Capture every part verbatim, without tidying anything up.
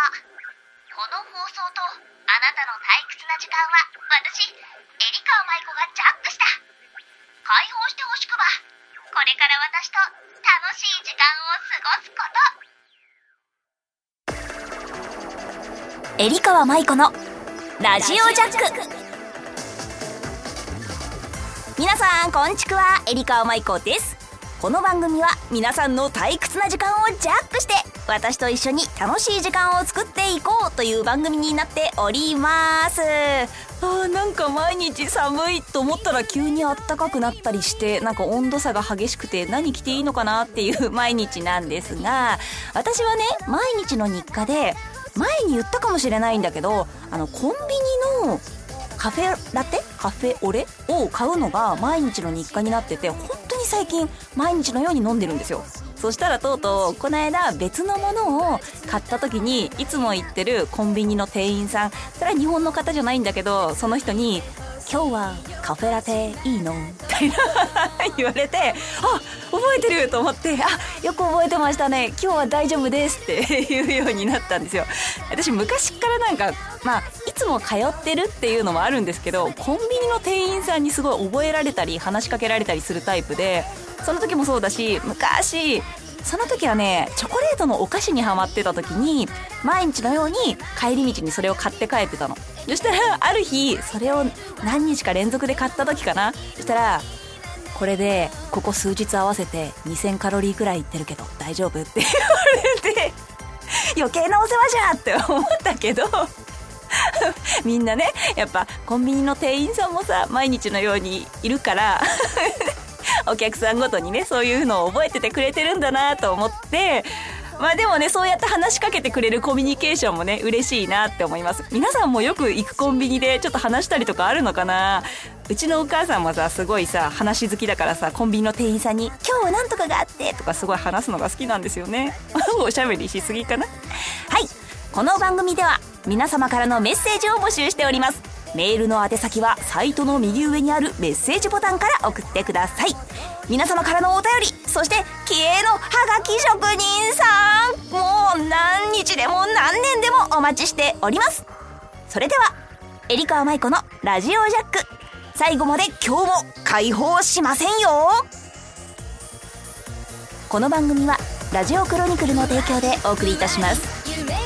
この放送とあなたの退屈な時間は私、エリカ舞子がジャックした。解放してほしくば、これから私と楽しい時間を過ごすこと。 エリカ舞子のラジオジャック。皆さんこんちくは、エリカ舞子です。この番組は皆さんの退屈な時間をジャックして、私と一緒に楽しい時間を作っていこうという番組になっております。あーなんか毎日寒いと思ったら急に暖かくなったりして、なんか温度差が激しくて何着ていいのかなっていう毎日なんですが、私はね、毎日の日課で前に言ったかもしれないんだけど、あのコンビニのカフェラテカフェオレを買うのが毎日の日課になってて、本当に最近毎日のように飲んでるんですよ。そしたらとうとうこの間別のものを買った時に、いつも行ってるコンビニの店員さん、それは日本の方じゃないんだけど、その人に今日はカフェラテいいのみたいな言われて、あ、覚えてると思って、あ、よく覚えてましたね、今日は大丈夫ですって言うようになったんですよ。私昔からなんか、まあいつも通ってるっていうのもあるんですけど、コンビニの店員さんにすごい覚えられたり話しかけられたりするタイプで、その時もそうだし、昔その時はね、チョコレートのお菓子にハマってた時に、毎日のように帰り道にそれを買って帰ってたの。そしたらある日、それを何日か連続で買った時かな、そしたらこれでここ数日合わせてにせんカロリーくらいいってるけど大丈夫って言われて、余計なお世話じゃんって思ったけどみんなね、やっぱコンビニの店員さんもさ、毎日のようにいるからお客さんごとにね、そういうのを覚えててくれてるんだなと思って、まあでもね、そうやって話しかけてくれるコミュニケーションもね、嬉しいなって思います。皆さんもよく行くコンビニでちょっと話したりとかあるのかな。うちのお母さんもさ、すごいさ、話好きだからさ、コンビニの店員さんに今日はなんとかがあってとかすごい話すのが好きなんですよねおしゃべりしすぎかな。はい、この番組では皆様からのメッセージを募集しております。メールの宛先はサイトの右上にあるメッセージボタンから送ってください。皆様からのお便り、そして気鋭のハガキ職人さん、もう何日でも何年でもお待ちしております。それではエリカ舞子のラジオジャック、最後まで今日も解放しませんよ。この番組はラジオクロニクルの提供でお送りいたします。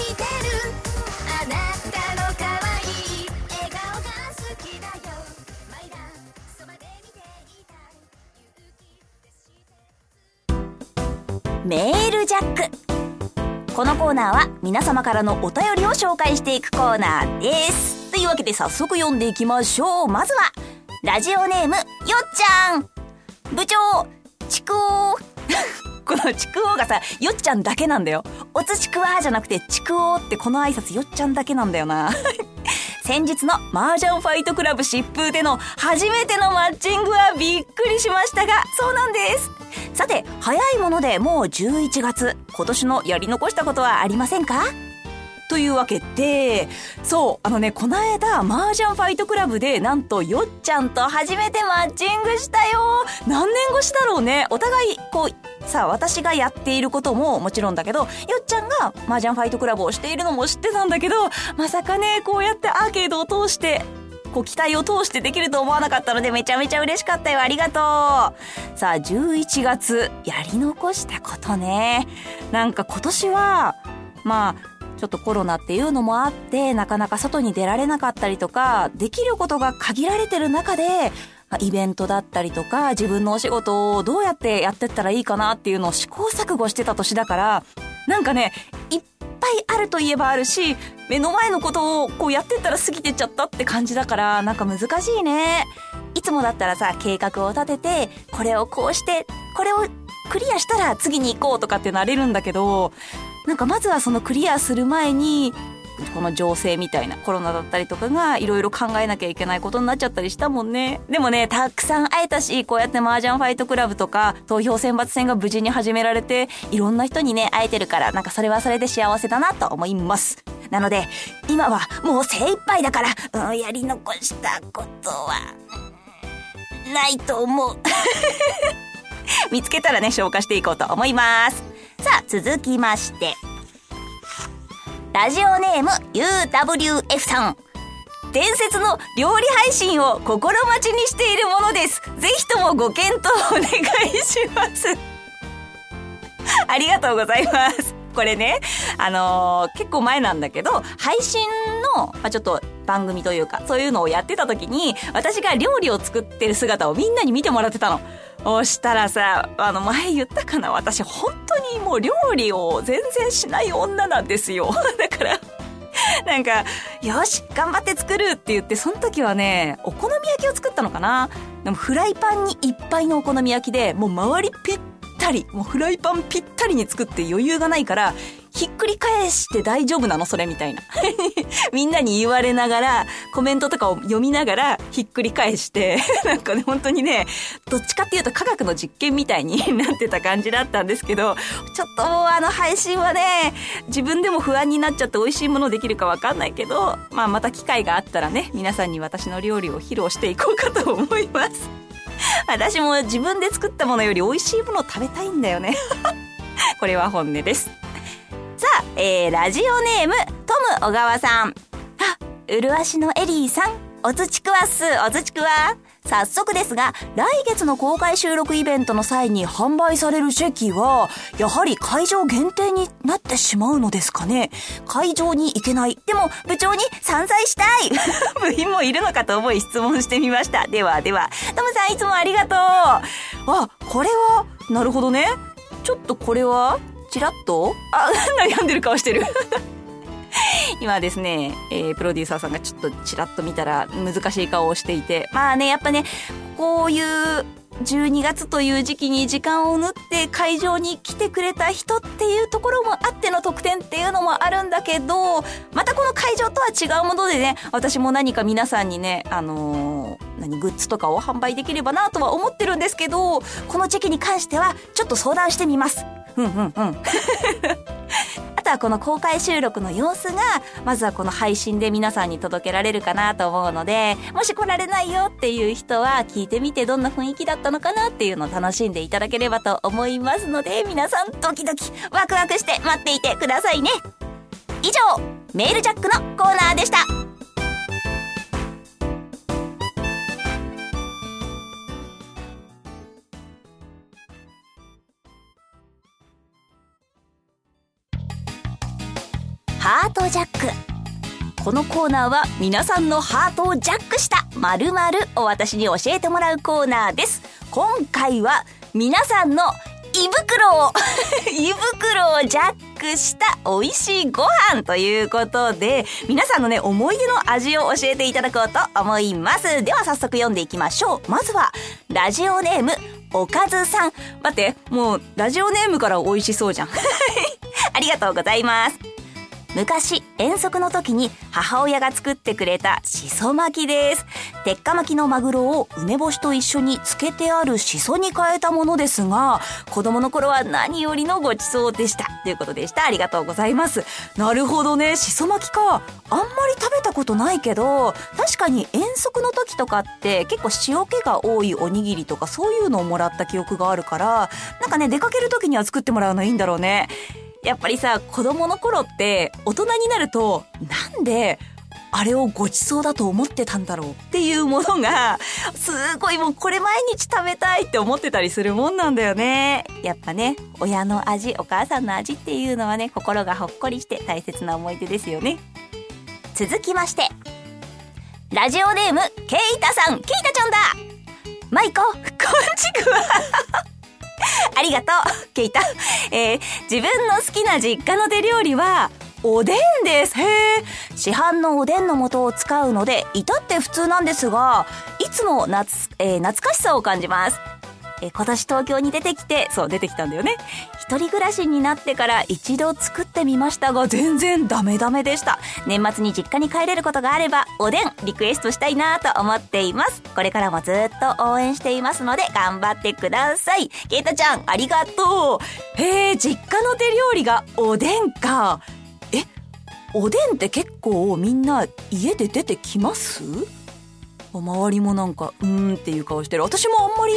メールジャック。このコーナーは皆様からのお便りを紹介していくコーナーです。というわけで早速読んでいきましょう。まずはラジオネームよっちゃん。部長ちくおーこのちくおーがさ、よっちゃんだけなんだよ。おつちくわーじゃなくてちくおーって、この挨拶よっちゃんだけなんだよな先日の麻雀ファイトクラブ疾風での初めてのマッチングはびっくりしましたが、そうなんです。さて、早いものでもうじゅういちがつ、今年のやり残したことはありませんか？というわけで、そう、あのね、この間麻雀ファイトクラブでなんとよっちゃんと初めてマッチングしたよ。何年越しだろうね。お互いこうさあ、私がやっていることももちろんだけど、よっちゃんが麻雀ファイトクラブをしているのも知ってたんだけど、まさかね、こうやってアーケードを通してこう期待を通してできると思わなかったので、めちゃめちゃ嬉しかったよ。ありがとう。さあ、じゅういちがつやり残したことね。なんか今年はまあちょっとコロナっていうのもあって、なかなか外に出られなかったりとか、できることが限られてる中で、イベントだったりとか、自分のお仕事をどうやってやってったらいいかなっていうのを試行錯誤してた年だから、なんかね、いっぱいあるといえばあるし、目の前のことをこうやってったら過ぎてっちゃったって感じだから、なんか難しいね。いつもだったらさ、計画を立てて、これをこうして、これをクリアしたら次に行こうとかってなれるんだけど、なんかまずはそのクリアする前に、この情勢みたいなコロナだったりとかがいろいろ考えなきゃいけないことになっちゃったりしたもんね。でもね、たくさん会えたし、こうやって麻雀ファイトクラブとか投票選抜戦が無事に始められて、いろんな人にね会えてるから、なんかそれはそれで幸せだなと思います。なので今はもう精一杯だから、うん、やり残したことはないと思う見つけたらね、消化していこうと思います。さあ、続きましてラジオネーム ユーダブリューエフ さん。伝説の料理配信を心待ちにしているものです。ぜひともご検討お願いします。ありがとうございます。これね、あのー、結構前なんだけど、配信の、まあ、ちょっと番組というか、そういうのをやってた時に、私が料理を作ってる姿をみんなに見てもらってたの。そしたらさ、あの、前言ったかな、私本当にもう料理を全然しない女なんですよ。だから、なんか、よし、頑張って作るって言って、その時はね、お好み焼きを作ったのかな。でもフライパンにいっぱいのお好み焼きで、もう周りぴったり、もうフライパンぴったりに作って余裕がないから、ひっくり返して大丈夫なのそれみたいな。みんなに言われながら、コメントとかを読みながら、ひっくり返して、なんかね、本当にね、どっちかっていうと科学の実験みたいになってた感じだったんですけど、ちょっともうあの配信はね、自分でも不安になっちゃって美味しいものできるかわかんないけど、まあまた機会があったらね、皆さんに私の料理を披露していこうかと思います。私も自分で作ったものより美味しいものを食べたいんだよね。これは本音です。さあ、えー、ラジオネームトム小川さん。あ、うるわしのエリーさん、おつちくわっす。おつちくわ。早速ですが、来月の公開収録イベントの際に販売される席はやはり会場限定になってしまうのですかね。会場に行けない、でも部長に散財したい部員もいるのかと思い質問してみました。ではでは、トムさんいつもありがとう。あ、これはなるほどね。ちょっとこれはチラッと、あ、悩んでる顔してる今ですね、えー、プロデューサーさんがちょっとチラッと見たら難しい顔をしていて、まあね、やっぱね、こういうじゅうにがつという時期に時間を縫って会場に来てくれた人っていうところもあっての特典っていうのもあるんだけど、またこの会場とは違うものでね、私も何か皆さんにね、あのー、何グッズとかを販売できればなとは思ってるんですけど、この時期に関してはちょっと相談してみます。うんうんうんあとはこの公開収録の様子がまずはこの配信で皆さんに届けられるかなと思うので、もし来られないよっていう人は聞いてみてどんな雰囲気だったのかなっていうのを楽しんでいただければと思いますので、皆さんドキドキワクワクして待っていてくださいね。以上、メールジャックのコーナーでした。ハートジャック。このコーナーは皆さんのハートをジャックした〇〇を私に教えてもらうコーナーです。今回は皆さんの胃袋を胃袋をジャックした美味しいご飯ということで、皆さんのね思い出の味を教えていただこうと思います。では早速読んでいきましょう。まずはラジオネームおかずさん。待って、もうラジオネームから美味しそうじゃんありがとうございます。昔遠足の時に母親が作ってくれたしそ巻きです。鉄火巻きのマグロを梅干しと一緒に漬けてあるしそに変えたものですが、子供の頃は何よりのごちそうでしたということでした。ありがとうございます。なるほどね、しそ巻きか。あんまり食べたことないけど、確かに遠足の時とかって結構塩気が多いおにぎりとかそういうのをもらった記憶があるから、なんかね出かける時には作ってもらうのいいんだろうね。やっぱりさ、子供の頃って大人になるとなんであれをごちそうだと思ってたんだろうっていうものがすごいもうこれ毎日食べたいって思ってたりするもんなんだよね。やっぱね、親の味、お母さんの味っていうのはね、心がほっこりして大切な思い出ですよね。続きましてラジオネームケイタさん。ケイタちゃんだ。マイコ、こんちくわありがとうケイタ、えー、自分の好きな実家の手料理はおでんです。へー。市販のおでんの素を使うので至って普通なんですが、いつも夏、えー、懐かしさを感じます。えー、今年東京に出てきて、そう出てきたんだよね。一人暮らしになってから一度作ってみましたが全然ダメダメでした。年末に実家に帰れることがあればおでんリクエストしたいなと思っています。これからもずっと応援していますので頑張ってください。ケイタちゃんありがとう。へー、実家の手料理がおでんか。え、おでんって結構みんな家で出てきます？周りもなんかうーんっていう顔してる。私もあんまり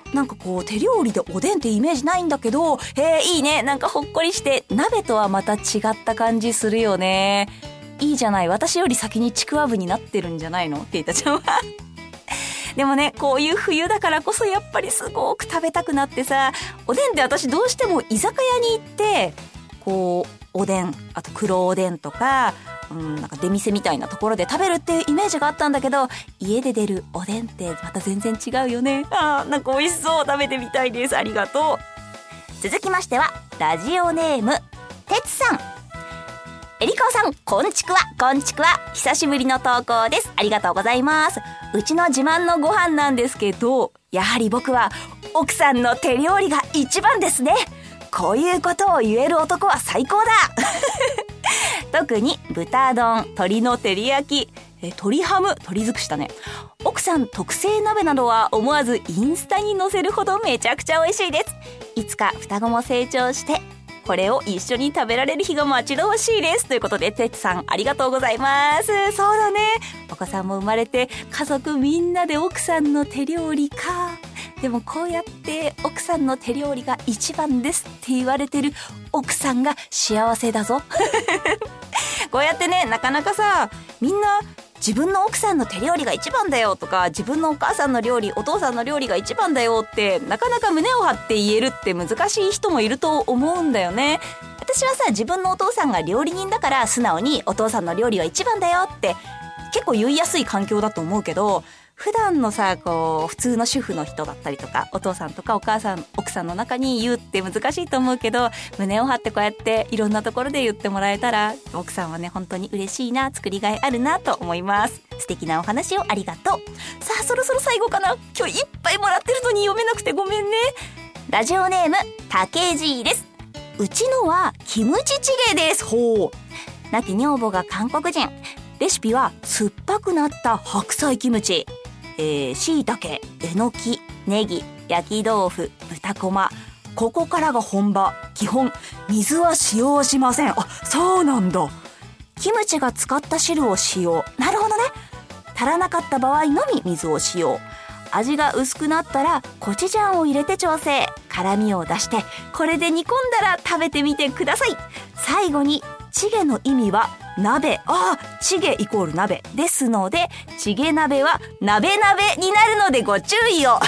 なんかこう手料理でおでんってイメージないんだけど、へえいいね、なんかほっこりして鍋とはまた違った感じするよね。いいじゃない、私より先にちくわぶになってるんじゃないのケイタちゃんはでもね、こういう冬だからこそやっぱりすごく食べたくなってさ、おでんって私どうしても居酒屋に行ってこうおでん、あと黒おでんとか、うん、なんか出店みたいなところで食べるっていうイメージがあったんだけど、家で出るおでんってまた全然違うよね。あー、なんか美味しそう、食べてみたいです。ありがとう。続きましてはラジオネームてつさん。えりかおさん、こんちくわ、こんちくわ。久しぶりの投稿です。ありがとうございます。うちの自慢のご飯なんですけど、やはり僕は奥さんの手料理が一番ですね。こういうことを言える男は最高だ特に豚丼、鶏の照り焼き、え鶏ハム、鶏尽くしたね。奥さん特製鍋などは思わずインスタに載せるほどめちゃくちゃ美味しいです。いつか双子も成長してこれを一緒に食べられる日が待ち遠しいです。ということで、てつさんありがとうございます。そうだね、お子さんも生まれて家族みんなで奥さんの手料理か。でもこうやって奥さんの手料理が一番ですって言われてる奥さんが幸せだぞこうやってね、なかなかさ、みんな自分の奥さんの手料理が一番だよとか、自分のお母さんの料理、お父さんの料理が一番だよってなかなか胸を張って言えるって難しい人もいると思うんだよね。私はさ、自分のお父さんが料理人だから素直にお父さんの料理は一番だよって結構言いやすい環境だと思うけど、普段のさ、こう普通の主婦の人だったりとか、お父さんとかお母さん、奥さんの中に言うって難しいと思うけど、胸を張ってこうやっていろんなところで言ってもらえたら、奥さんはね本当に嬉しいな、作りがいあるなと思います。素敵なお話をありがとう。さあそろそろ最後かな。今日いっぱいもらってるのに読めなくてごめんね。ラジオネームたけじです。うちのはキムチチゲです。ほう。亡き女房が韓国人。レシピは酸っぱくなった白菜キムチ、えー、椎茸、えのき、ネギ、焼き豆腐、豚こま。ここからが本場。基本水は使用しません。あ、そうなんだ。キムチが使った汁を使用。なるほどね。足らなかった場合のみ水を使用。味が薄くなったらコチュジャンを入れて調整。辛みを出してこれで煮込んだら食べてみてください。最後にチゲの意味は鍋。ああ、チゲイコール鍋ですので、チゲ鍋は鍋鍋になるのでご注意をはい、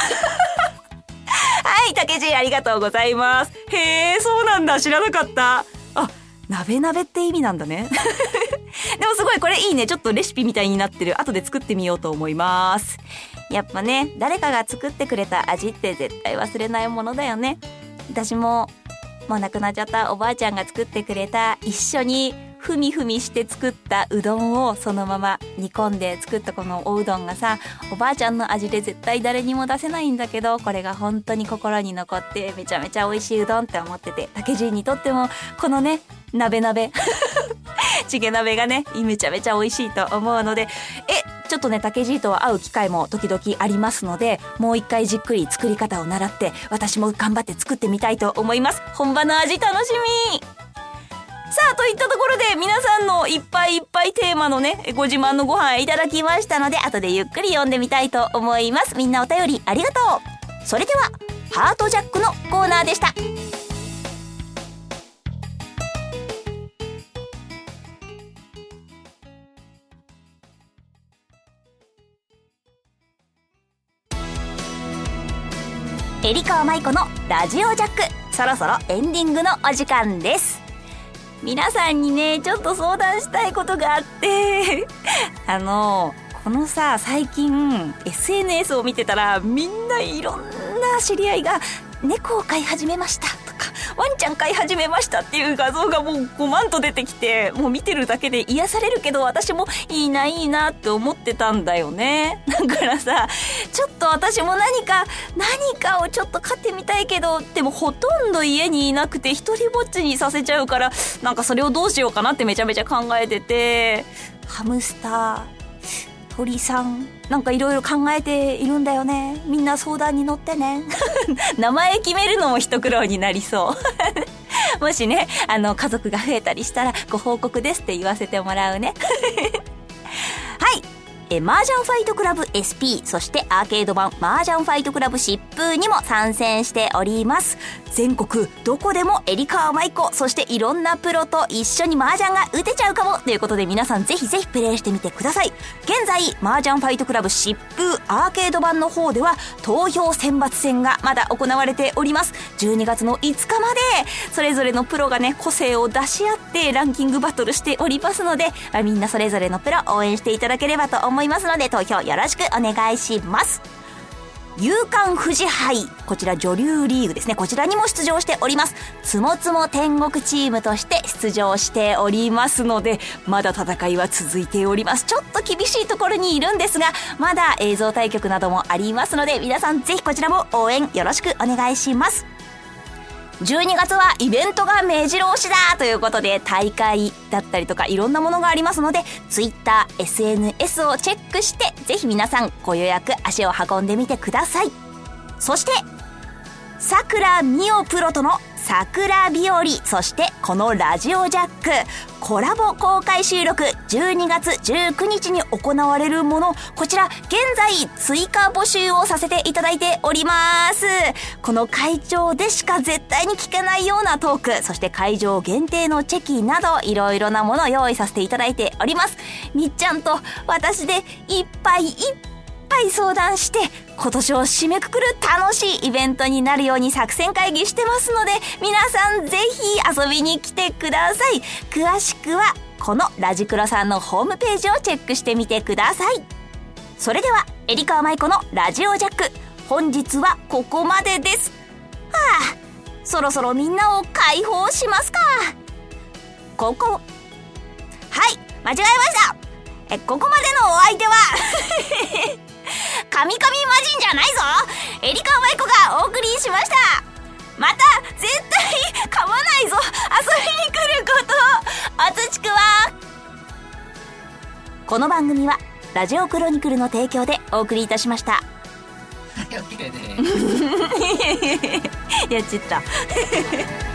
たけじありがとうございます。へえ、そうなんだ、知らなかった。あ、鍋鍋って意味なんだねでもすごいこれいいね。ちょっとレシピみたいになってる。後で作ってみようと思います。やっぱね、誰かが作ってくれた味って絶対忘れないものだよね。私ももう亡くなっちゃったおばあちゃんが作ってくれた、一緒にふみふみして作ったうどんをそのまま煮込んで作ったこのおうどんがさ、おばあちゃんの味で絶対誰にも出せないんだけど、これが本当に心に残ってめちゃめちゃ美味しいうどんって思ってて、たけじにとってもこのね、鍋鍋チゲ鍋がねめちゃめちゃ美味しいと思うので、えちょっとね、たけじとは会う機会も時々ありますので、もう一回じっくり作り方を習って私も頑張って作ってみたいと思います。本場の味楽しみ。さあ、といったところで皆さんのいっぱいいっぱいテーマのね、ご自慢のご飯いただきましたので、後でゆっくり読んでみたいと思います。みんなお便りありがとう。それではハートジャックのコーナーでした。えりかわまいこのラジオジャック、そろそろエンディングのお時間です。皆さんにね、ちょっと相談したいことがあってあのこのさ、最近 エスエヌエス を見てたら、みんないろんな知り合いが猫を飼い始めましたとか、ワンちゃん飼い始めましたっていう画像がもうごまんと出てきて、もう見てるだけで癒されるけど、私もいいないいなって思ってたんだよね。だからさ、ちょっと私も何か何かをちょっと飼ってみたいけど、でもほとんど家にいなくて一人ぼっちにさせちゃうから、なんかそれをどうしようかなってめちゃめちゃ考えてて、ハムスター、鳥さん、なんかいろいろ考えているんだよね。みんな相談に乗ってね名前決めるのも一苦労になりそうもしね、あの家族が増えたりしたらご報告ですって言わせてもらうねはい、 え麻雀ファイトクラブ エスピー、 そしてアーケード版麻雀ファイトクラブ疾風にも参戦しております。全国どこでもエリカ舞子、そしていろんなプロと一緒に麻雀が打てちゃうかもということで、皆さんぜひぜひプレイしてみてください。現在麻雀ファイトクラブ疾風アーケード版の方では投票選抜戦がまだ行われております。じゅうにがつのいつかまでそれぞれのプロがね個性を出し合ってランキングバトルしておりますので、まあ、みんなそれぞれのプロ応援していただければと思いますので、投票よろしくお願いします。夕刊富士杯、こちら女流リーグですね、こちらにも出場しております。つもつも天国チームとして出場しておりますので、まだ戦いは続いております。ちょっと厳しいところにいるんですが、まだ映像対局などもありますので、皆さんぜひこちらも応援よろしくお願いします。じゅうにがつはイベントが目白押しだということで、大会だったりとかいろんなものがありますので、Twitter、エスエヌエス をチェックしてぜひ皆さんご予約足を運んでみてください。そしてさくらみおプロとの桜日和、そしてこのラジオジャックコラボ公開収録じゅうにがつじゅうくにちに行われるもの、こちら現在追加募集をさせていただいております。この会場でしか絶対に聞けないようなトーク、そして会場限定のチェキなどいろいろなものを用意させていただいております。みっちゃんと私でいっぱいいっぱい相談して今年を締めくくる楽しいイベントになるように作戦会議してますので、皆さんぜひ遊びに来てください。詳しくはこのラジクロさんのホームページをチェックしてみてください。それではエリカ舞子のラジオジャック、本日はここまでです。はあ、そろそろみんなを解放しますか。ここはい間違えました。えここまでのお相手は神々魔人じゃないぞ、エリカ舞子がお送りしました。また絶対噛まないぞ、遊びに来ることをおつちくわ。この番組はラジオクロニクルの提供でお送りいたしました。やっちゃった